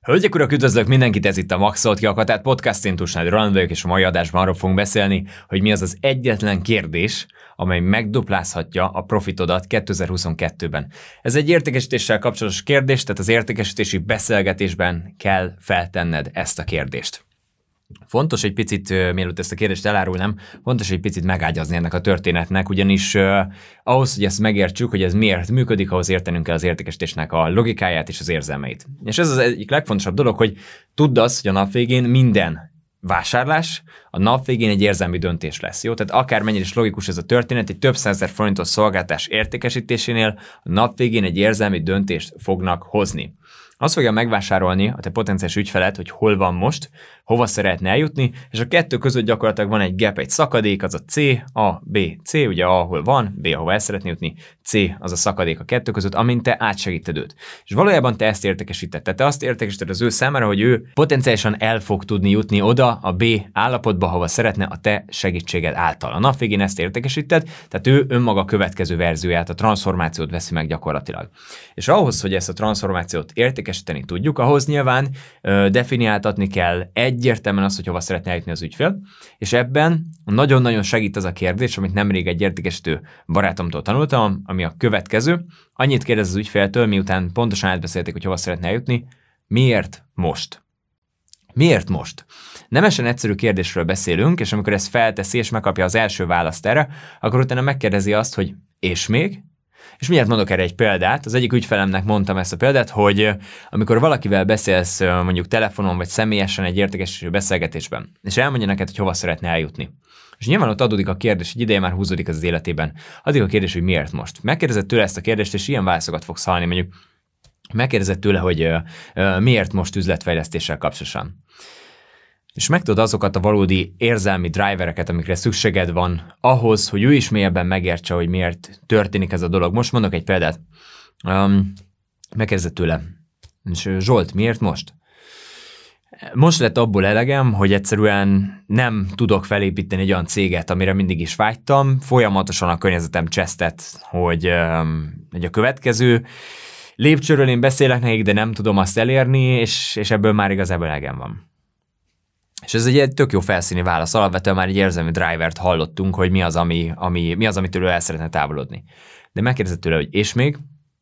Hölgyek, urak, üdvözlök mindenkit, ez itt a Maxolt Kiakatált Podcast, én Tusnád Roland vagyok, és a mai adásban arról fogunk beszélni, hogy mi az az egyetlen kérdés, amely megduplázhatja a profitodat 2022-ben. Ez egy értékesítéssel kapcsolatos kérdés, tehát az értékesítési beszélgetésben kell feltenned ezt a kérdést. Fontos egy picit, mielőtt ezt a kérdést elárulnám, fontos egy picit megágyazni ennek a történetnek, ugyanis ahhoz, hogy ezt megértsük, hogy ez miért működik, ahhoz értenünk kell az értékesítésnek a logikáját és az érzelmeit. És ez az egyik legfontosabb dolog, hogy tudd azt, hogy a nap végén minden vásárlás a nap végén egy érzelmi döntés lesz, jó? Tehát akármennyire is logikus ez a történet, egy több százezer forintos szolgáltatás értékesítésénél a nap végén egy érzelmi döntést fognak hozni. Azt fogja megvásárolni a te potenciális ügyfeled, hogy hol van most, hova szeretne eljutni, és a kettő között gyakorlatilag van egy gap, egy szakadék, az a C, A, B, C, ugye A, ahol van, B, ahova el szeretné jutni, C, az a szakadék a kettő között, amint te átsegíted őt. És valójában te ezt értékesíted. Tehát te azt értékesíted az ő számára, hogy ő potenciálisan el fog tudni jutni oda a B állapotba, hova szeretne a te segítséged által. A nap végén ezt értékesíted, tehát ő önmaga következő verzióját, a transformációt veszi meg gyakorlatilag. És ahhoz, hogy ezt a transformációt értékesíteni tudjuk, ahhoz nyilván definiáltatni kell egyértelműen azt, hogy hova szeretne eljutni az ügyfél, és ebben nagyon-nagyon segít az a kérdés, amit nemrég egy értékesítő barátomtól tanultam, ami a következő. Annyit kérdez az ügyféltől, miután pontosan átbeszélték, hogy hova szeretne eljutni, miért most? Miért most? Nemesen egyszerű kérdésről beszélünk, és amikor ezt felteszi, és megkapja az első választ erre, akkor utána megkérdezi azt, hogy és még? És mindjárt mondok erre egy példát. Az egyik ügyfelemnek mondtam ezt a példát, hogy amikor valakivel beszélsz mondjuk telefonon vagy személyesen egy értékesítő beszélgetésben, és elmondja neked, hogy hova szeretne eljutni. És nyilván ott adódik a kérdés, egy ideje már húzódik az életében. Addig a kérdés, hogy miért most. Megkérdezed tőle ezt a kérdést, és ilyen válaszokat fogsz hallani, mondjuk megkérdezed tőle, hogy miért most üzletfejlesztéssel kapcsolatosan. És megtudod azokat a valódi érzelmi drivereket, amikre szükséged van ahhoz, hogy ő is mélyebben megértse, hogy miért történik ez a dolog. Most mondok egy példát. Megkérdezed tőle. És Zsolt, miért most? Most lett abból elegem, hogy egyszerűen nem tudok felépíteni egy olyan céget, amire mindig is vágytam. Folyamatosan a környezetem csesztett, hogy a következő lépcsőről én beszélek nekik, de nem tudom azt elérni, és ebből már igazából elegem van. És ez egy tök jó felszíni válasz. Alapvetően már egy érzelmi drivert hallottunk, hogy mi az, amitől ő el szeretne távolodni. De megkérdezett tőle, hogy és még?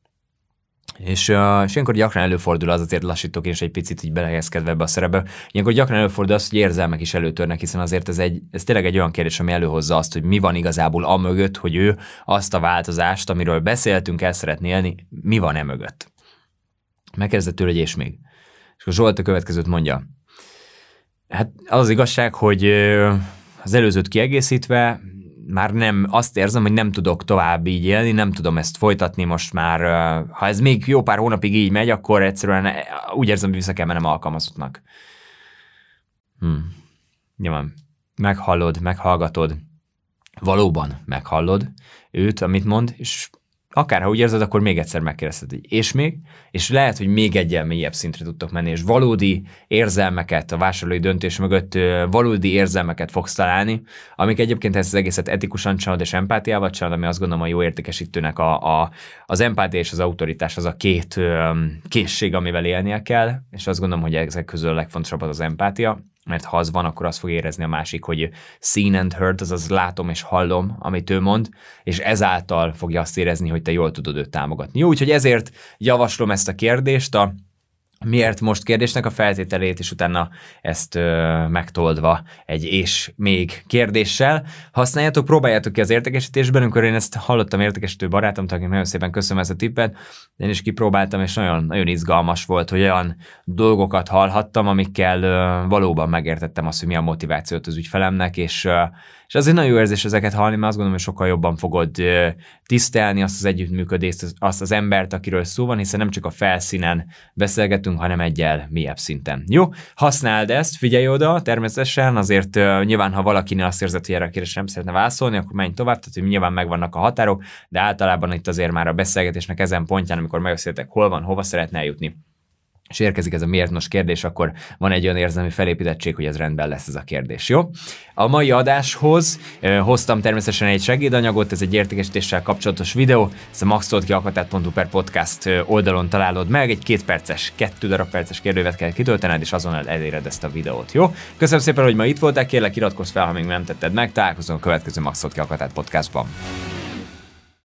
És ilyenkor gyakran előfordul az, azért lassítok én is egy picit így belehelyezkedve ebbe a szerepbe, ilyenkor gyakran előfordul az, hogy érzelmek is előtörnek, hiszen azért ez tényleg egy olyan kérdés, ami előhozza azt, hogy mi van igazából amögött, hogy ő azt a változást, amiről beszéltünk, el szeretné élni, mi van emögött. Megkérdezett tőle, hogy és még? És akkor Zsolt a következőt mondja. Hát az igazság, hogy az előzőt kiegészítve már nem azt érzem, hogy nem tudok tovább így élni, nem tudom ezt folytatni most már. Ha ez még jó pár hónapig így megy, akkor egyszerűen úgy érzem, hogy vissza kell mennem alkalmazottnak. Nyilván meghallod, meghallgatod, valóban meghallod őt, amit mond, és akár ha úgy érzed, akkor még egyszer megkérdezted, hogy és még, és lehet, hogy még egyen mélyebb szintre tudtok menni, és valódi érzelmeket a vásárlói döntés mögött, valódi érzelmeket fogsz találni, amik egyébként ezt az egészet etikusan csinálod és empátiával csinálod, ami azt gondolom a jó értékesítőnek az empátia és az autoritás az a két készség, amivel élnie kell, és azt gondolom, hogy ezek közül a legfontosabb az empátia, mert ha az van, akkor azt fog érezni a másik, hogy seen and heard, azaz látom és hallom, amit ő mond, és ezáltal fogja azt érezni, hogy te jól tudod őt támogatni. Jó, úgyhogy ezért javaslom ezt a kérdést, a miért most kérdésnek a feltételét, és utána ezt megtoldva egy és még kérdéssel használjátok, próbáljátok ki az értékesítésben. Amikor én ezt hallottam értékesítő barátomtól, akinek nagyon szépen köszönöm ezt a tippet, én is kipróbáltam, és nagyon, nagyon izgalmas volt, hogy olyan dolgokat hallhattam, amikkel valóban megértettem azt, hogy mi a motivációt az ügyfelemnek, és az egy nagyon jó érzés ezeket hallani, mert azt gondolom, hogy sokkal jobban fogod tisztelni azt az együttműködést, azt az embert, akiről szó van, hiszen nem csak a felszínen beszélgetünk, hanem egyel mélyebb szinten. Jó? Használd ezt, figyelj oda, természetesen, azért nyilván, ha valakinél azt érzed, hogy erre a kérdésre nem szeretne válaszolni, akkor menj tovább, tehát hogy nyilván megvannak a határok, de általában itt azért már a beszélgetésnek ezen pontján, amikor megbeszéltek, hol van, hova szeretne eljutni, és érkezik ez a miértnos kérdés, akkor van egy olyan érzelmi felépítettség, hogy ez rendben lesz ez a kérdés, jó? A mai adáshoz hoztam természetesen egy segédanyagot, ez egy értékesítéssel kapcsolatos videó, ezt a maxoltkiakatat.hu/podcast oldalon találod meg, egy 2 darab perces kérdővet kell kitöltened, és azonnal eléred ezt a videót, jó? Köszönöm szépen, hogy ma itt voltál, kérlek iratkozz fel, ha még nem tetted meg, találkozunk a következő Maxoltki Akatát podcastban.